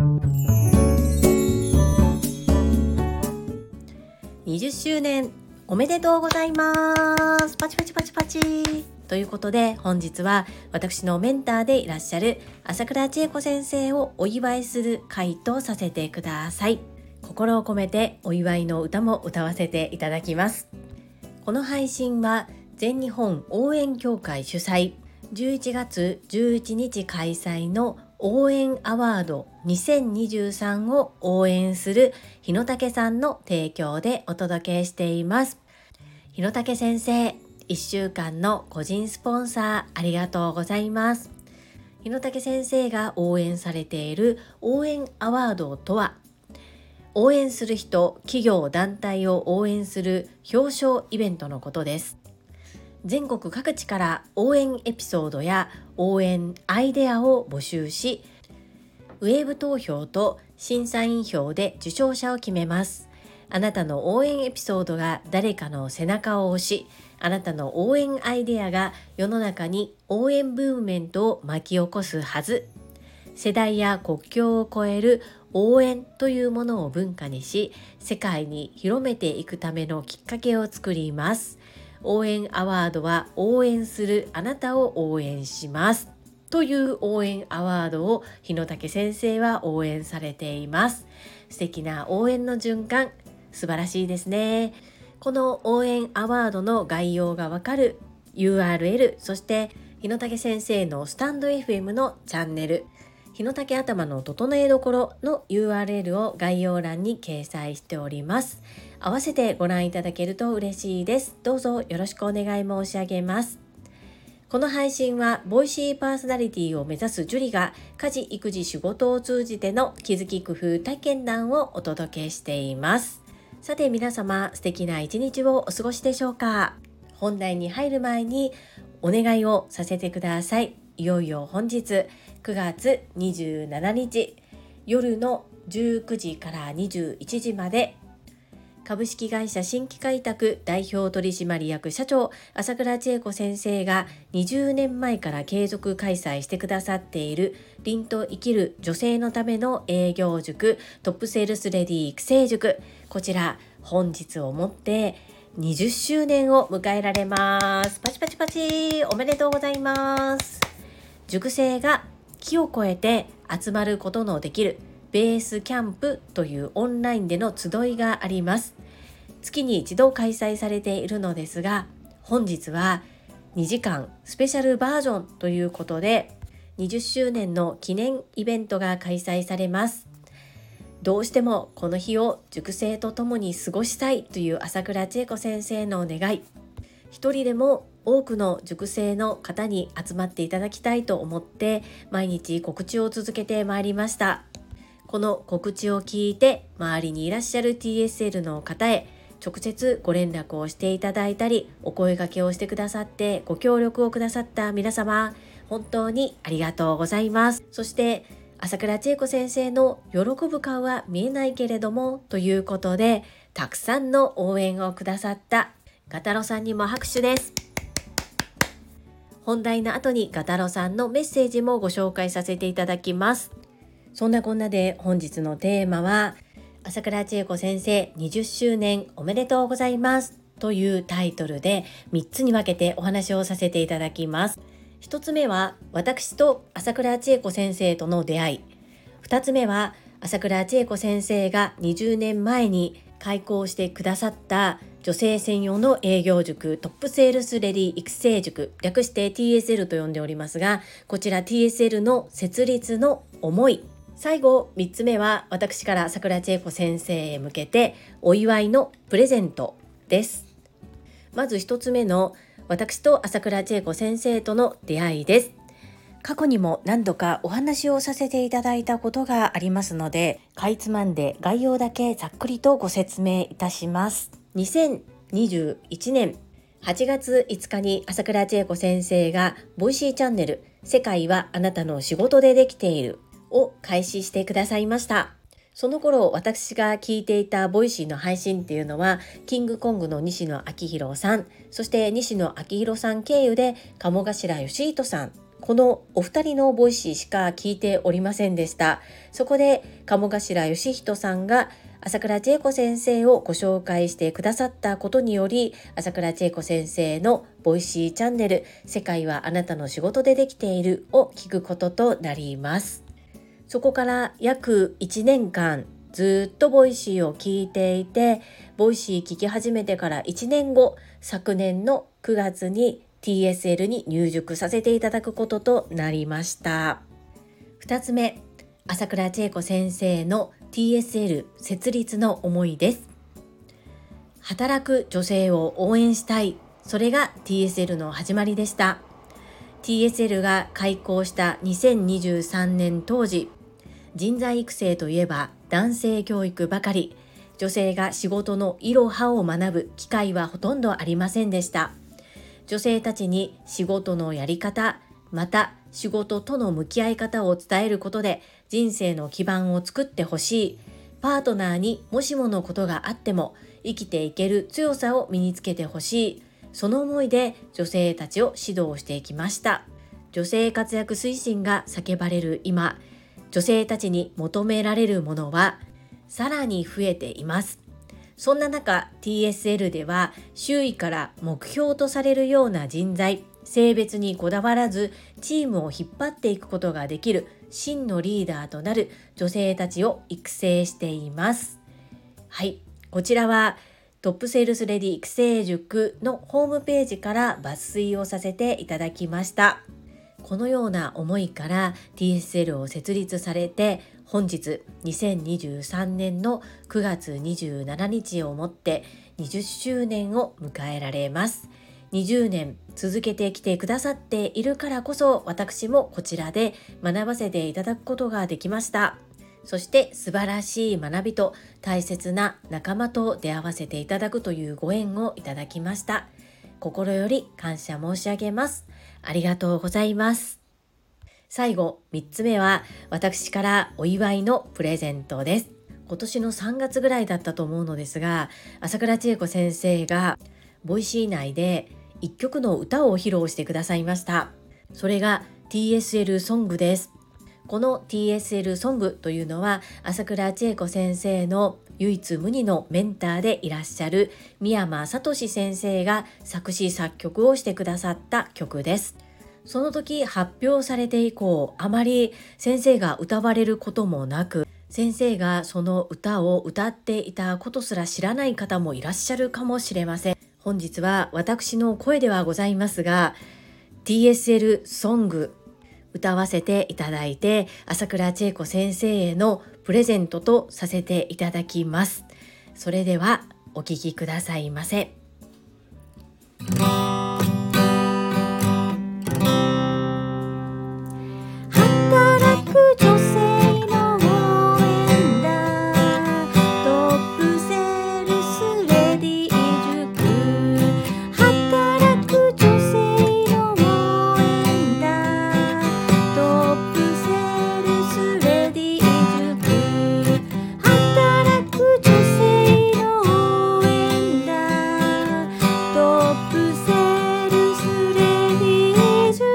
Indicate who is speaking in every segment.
Speaker 1: 20周年おめでとうございます。パチパチパチパチということで、本日は私のメンターでいらっしゃる朝倉千恵子先生をお祝いする回とさせてください。心を込めてお祝いの歌も歌わせていただきます。この配信は全日本応援協会主催11月11日開催の応援アワード2023を応援する日野武さんの提供でお届けしています。日野武先生、1週間の個人スポンサーありがとうございます。日野武先生が応援されている応援アワードとは、応援する人、企業、団体を応援する表彰イベントのことです。全国各地から応援エピソードや応援アイデアを募集し、ウェーブ投票と審査員票で受賞者を決めます。あなたの応援エピソードが誰かの背中を押し、あなたの応援アイデアが世の中に応援ムーブメントを巻き起こすはず。世代や国境を超える応援というものを文化にし、世界に広めていくためのきっかけを作ります。応援アワードは応援するあなたを応援しますという応援アワードを日野武先生は応援されています。素敵な応援の循環、素晴らしいですね。この応援アワードの概要がわかる URL、 そして日野武先生のスタンド FM のチャンネル、日野武頭の整えどころの URL を概要欄に掲載しております。合わせてご覧いただけると嬉しいです。どうぞよろしくお願い申し上げます。この配信はボイシーパーソナリティを目指すジュリが家事育児仕事を通じての気づき工夫体験談をお届けしています。さて皆様、素敵な一日をお過ごしでしょうか。本題に入る前にお願いをさせてください。いよいよ本日9月27日夜の19時から21時まで、株式会社新規開拓代表取締役社長朝倉千恵子先生が20年前から継続開催してくださっている凛と生きる女性のための営業塾トップセールスレディ育成塾、こちら本日をもって20周年を迎えられます。パチパチパチおめでとうございます。塾生が木を越えて集まることのできるベースキャンプというオンラインでの集いがあります。月に一度開催されているのですが、本日は2時間スペシャルバージョンということで20周年の記念イベントが開催されます。どうしてもこの日を塾生と共に過ごしたいという朝倉千恵子先生の願い、一人でも多くの塾生の方に集まっていただきたいと思って毎日告知を続けてまいりました。この告知を聞いて周りにいらっしゃる TSL の方へ直接ご連絡をしていただいたり、お声掛けをしてくださってご協力をくださった皆様、本当にありがとうございます。そして朝倉千恵子先生の喜ぶ顔は見えないけれどもということで、たくさんの応援をくださったガタロさんにも拍手です。本題の後にガタロさんのメッセージもご紹介させていただきます。そんなこんなで本日のテーマは、朝倉千恵子先生20周年おめでとうございますというタイトルで3つに分けてお話をさせていただきます。1つ目は私と朝倉千恵子先生との出会い、2つ目は朝倉千恵子先生が20年前に開講してくださった女性専用の営業塾トップセールスレディ育成塾、略して TSL と呼んでおりますが、こちら TSL の設立の思い、最後3つ目は私から朝倉千恵子先生へ向けてお祝いのプレゼントです。まず1つ目の私と朝倉千恵子先生との出会いです。過去にも何度かお話をさせていただいたことがありますので、かいつまんで概要だけざっくりとご説明いたします。2021年8月5日に朝倉千恵子先生がボイシーチャンネル世界はあなたの仕事でできているを開始してくださいました。その頃私が聞いていたボイシーの配信っていうのはキングコングの西野昭弘さん、そして西野昭弘さん経由で鴨頭義人さん、 このお二人のボイシーしか聞いておりませんでした。そこで鴨頭義人さんが朝倉千恵子先生をご紹介してくださったことにより、朝倉千恵子先生のボイシーチャンネル世界はあなたの仕事でできているを聞くこととなります。そこから約1年間ずっとボイシーを聞いていて、ボイシー聞き始めてから1年後、昨年の9月に TSL に入塾させていただくこととなりました。2つ目、朝倉千恵子先生の TSL 設立の思いです。働く女性を応援したい。それが TSL の始まりでした。TSL が開校した2023年当時、人材育成といえば男性教育ばかり、女性が仕事のいろはを学ぶ機会はほとんどありませんでした。女性たちに仕事のやり方、また仕事との向き合い方を伝えることで人生の基盤を作ってほしい。パートナーにもしものことがあっても生きていける強さを身につけてほしい。その思いで女性たちを指導していきました。女性活躍推進が叫ばれる今、女性たちに求められるものはさらに増えています。そんな中、TSL では周囲から目標とされるような人材、性別にこだわらずチームを引っ張っていくことができる真のリーダーとなる女性たちを育成しています。はい、こちらはトップセールスレディ育成塾のホームページから抜粋をさせていただきました。このような思いから TSL を設立されて、本日2023年の9月27日をもって20周年を迎えられます。20年続けてきてくださっているからこそ、私もこちらで学ばせていただくことができました。そして素晴らしい学びと大切な仲間と出会わせていただくというご縁をいただきました。心より感謝申し上げます。ありがとうございます。最後、3つ目は私からお祝いのプレゼントです。今年の3月ぐらいだったと思うのですが、朝倉千恵子先生がボイシー内で1曲の歌を披露してくださいました。それが TSL ソングです。この TSL ソングというのは朝倉千恵子先生の唯一無二のメンターでいらっしゃる三山聡先生が作詞作曲をしてくださった曲です。その時発表されて以降、あまり先生が歌われることもなく、先生がその歌を歌っていたことすら知らない方もいらっしゃるかもしれません。本日は私の声ではございますが、 TSL ソング歌わせていただいて、朝倉千恵子先生へのプレゼントとさせていただきます。それではお聴きくださいませ。働く女性の応援団、トップセールスレディ塾。働く女性の応援団、トップセールスレディ塾。働く女性の応援団、トップセールスレディ塾。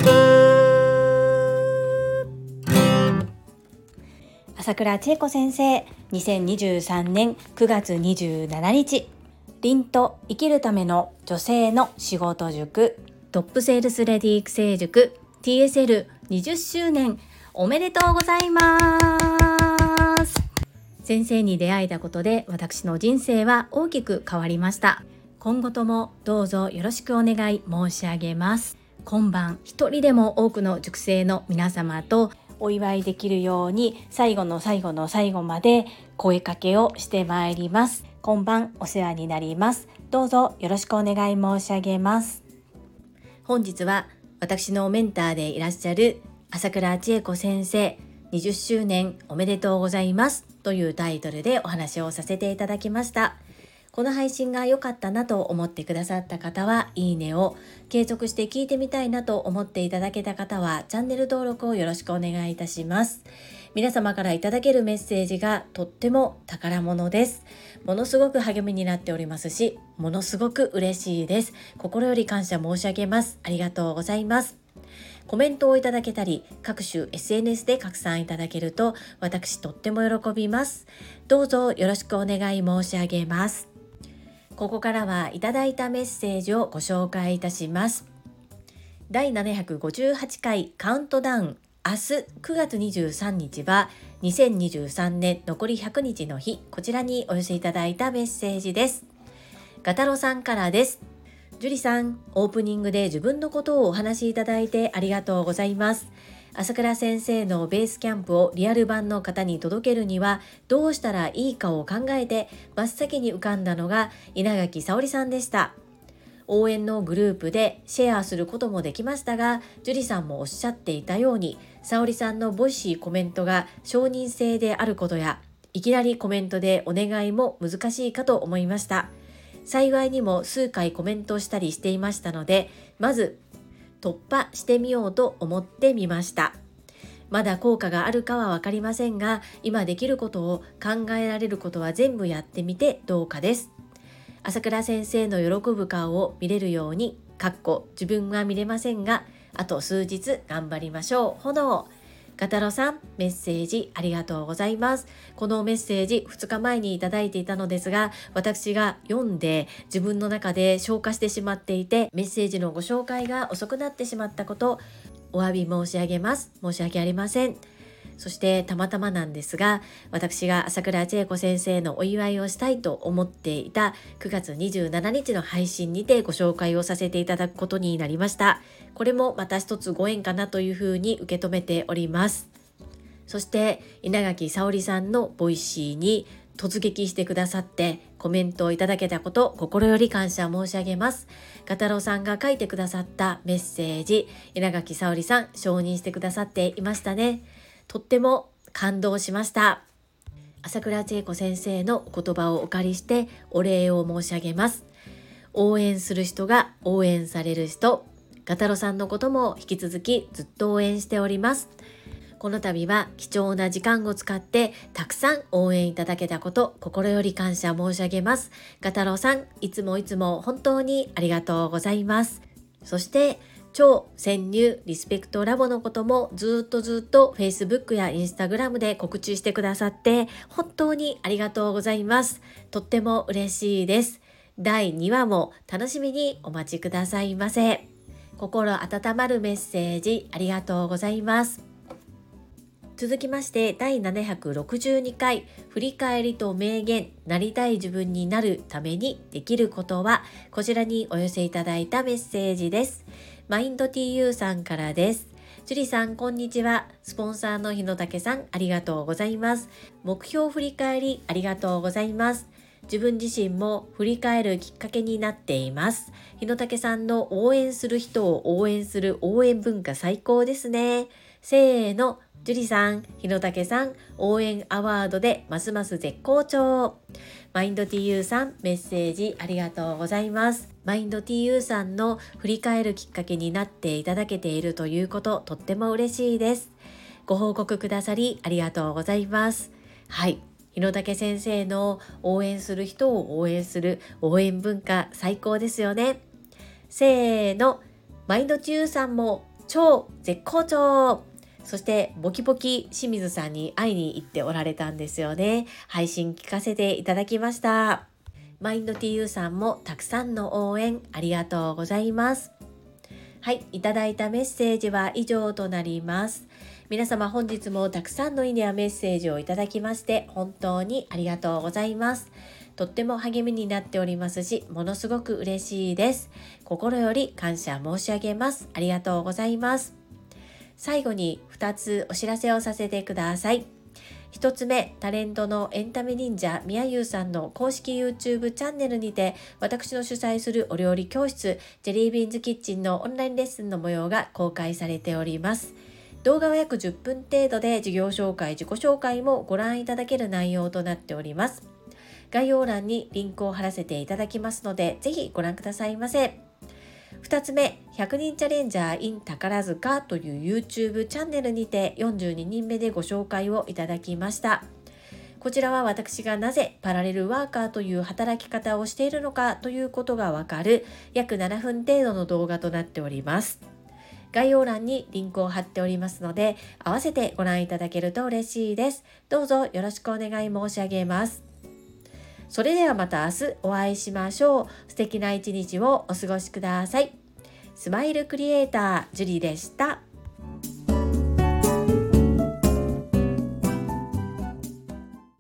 Speaker 1: 朝倉千恵子先生、2023年9月27日、凛と生きるための女性の仕事塾、トップセールスレディ育成塾 TSL20 周年おめでとうございます。先生に出会えたことで私の人生は大きく変わりました。今後ともどうぞよろしくお願い申し上げます。今晩一人でも多くの塾生の皆様とお祝いできるように、最後の最後の最後まで声かけをしてまいります。今晩お世話になります。どうぞよろしくお願い申し上げます。本日は私のメンターでいらっしゃる朝倉千恵子先生、20周年おめでとうございますというタイトルでお話をさせていただきました。この配信が良かったなと思ってくださった方はいいねを、継続して聞いてみたいなと思っていただけた方はチャンネル登録をよろしくお願いいたします。皆様からいただけるメッセージがとっても宝物です。ものすごく励みになっておりますし、ものすごく嬉しいです。心より感謝申し上げます。ありがとうございます。 コメントをいただけたり、各種 SNS で拡散いただけると私とっても喜びます。どうぞよろしくお願い申し上げます。ここからはいただいたメッセージをご紹介いたします。第758回カウントダウン、明日9月23日は2023年残り100日の日、こちらにお寄せいただいたメッセージです。ガタロさんからです。ジュリさん、オープニングで自分のことをお話しいただいてありがとうございます。朝倉先生のベースキャンプをリアル版の方に届けるにはどうしたらいいかを考えて真っ先に浮かんだのが稲垣沙織さんでした。応援のグループでシェアすることもできましたが、ジュリさんもおっしゃっていたように、沙織さんのボイシーコメントが承認制であることや、いきなりコメントでお願いも難しいかと思いました。幸いにも数回コメントしたりしていましたので、まず突破してみようと思ってみました。まだ効果があるかはわかりませんが、今できることを考えられることは全部やってみてどうかです。朝倉先生の喜ぶ顔を見れるように、自分は見れませんが、あと数日頑張りましょう。炎。ガタロさん、メッセージありがとうございます。このメッセージ2日前にいただいていたのですが、私が読んで自分の中で消化してしまっていて、メッセージのご紹介が遅くなってしまったこと、お詫び申し上げます。申し訳ありません。そしてたまたまなんですが、私が朝倉千恵子先生のお祝いをしたいと思っていた9月27日の配信にてご紹介をさせていただくことになりました。これもまた一つご縁かなというふうに受け止めております。そして稲垣沙織さんのボイシーに突撃してくださってコメントをいただけたこと、心より感謝申し上げます。ガタロさんが書いてくださったメッセージ、稲垣沙織さん承認してくださっていましたね。とっても感動しました。朝倉千恵子先生のお言葉をお借りしてお礼を申し上げます。応援する人が応援される人、ガタロさんのことも引き続きずっと応援しております。この度は貴重な時間を使ってたくさん応援いただけたこと、心より感謝申し上げます。ガタロさん、いつも本当にありがとうございます。そして超潜入リスペクトラボのこともずっと Facebook や Instagram で告知してくださって本当にありがとうございます。とっても嬉しいです。第2話も楽しみにお待ちくださいませ。心温まるメッセージありがとうございます。続きまして第762回振り返りと名言、なりたい自分になるためにできることは、こちらにお寄せいただいたメッセージです。マインド TU さんからです。ジュリさん、こんにちは。スポンサーの日野武さん、ありがとうございます。目標振り返りありがとうございます。自分自身も振り返るきっかけになっています。日野武さんの応援する人を応援する応援文化最高ですね。せーの。ジュリさん、日野武さん、応援アワードでますます絶好調。マインド TU さん、メッセージありがとうございます。マインド TU さんの振り返るきっかけになっていただけているということ、とっても嬉しいです。ご報告くださりありがとうございます。はい。日野武先生の応援する人を応援する応援文化最高ですよね。せーの、マインド TU さんも超絶好調。そしてボキボキ清水さんに会いに行っておられたんですよね。配信聞かせていただきました。マインド TU さんもたくさんの応援ありがとうございます。はい、いただいたメッセージは以上となります。皆様本日もたくさんのいいねやメッセージをいただきまして本当にありがとうございます。とっても励みになっておりますし、ものすごく嬉しいです。心より感謝申し上げます。ありがとうございます。最後に2つお知らせをさせてください。1つ目、タレントのエンタメ忍者みやゆうさんの公式 YouTube チャンネルにて、私の主催するお料理教室ジェリービーンズキッチンのオンラインレッスンの模様が公開されております。動画は約10分程度で、事業紹介、自己紹介もご覧いただける内容となっております。概要欄にリンクを貼らせていただきますので、ぜひご覧くださいませ。2つ目、100人チャレンジャー in 宝塚という YouTube チャンネルにて42人目でご紹介をいただきました。こちらは私がなぜパラレルワーカーという働き方をしているのかということがわかる約7分程度の動画となっております。 概要欄にリンクを貼っておりますので、合わせてご覧いただけると嬉しいです。どうぞよろしくお願い申し上げます。それではまた明日お会いしましょう。素敵な一日をお過ごしください。スマイルクリエイタージュリでした。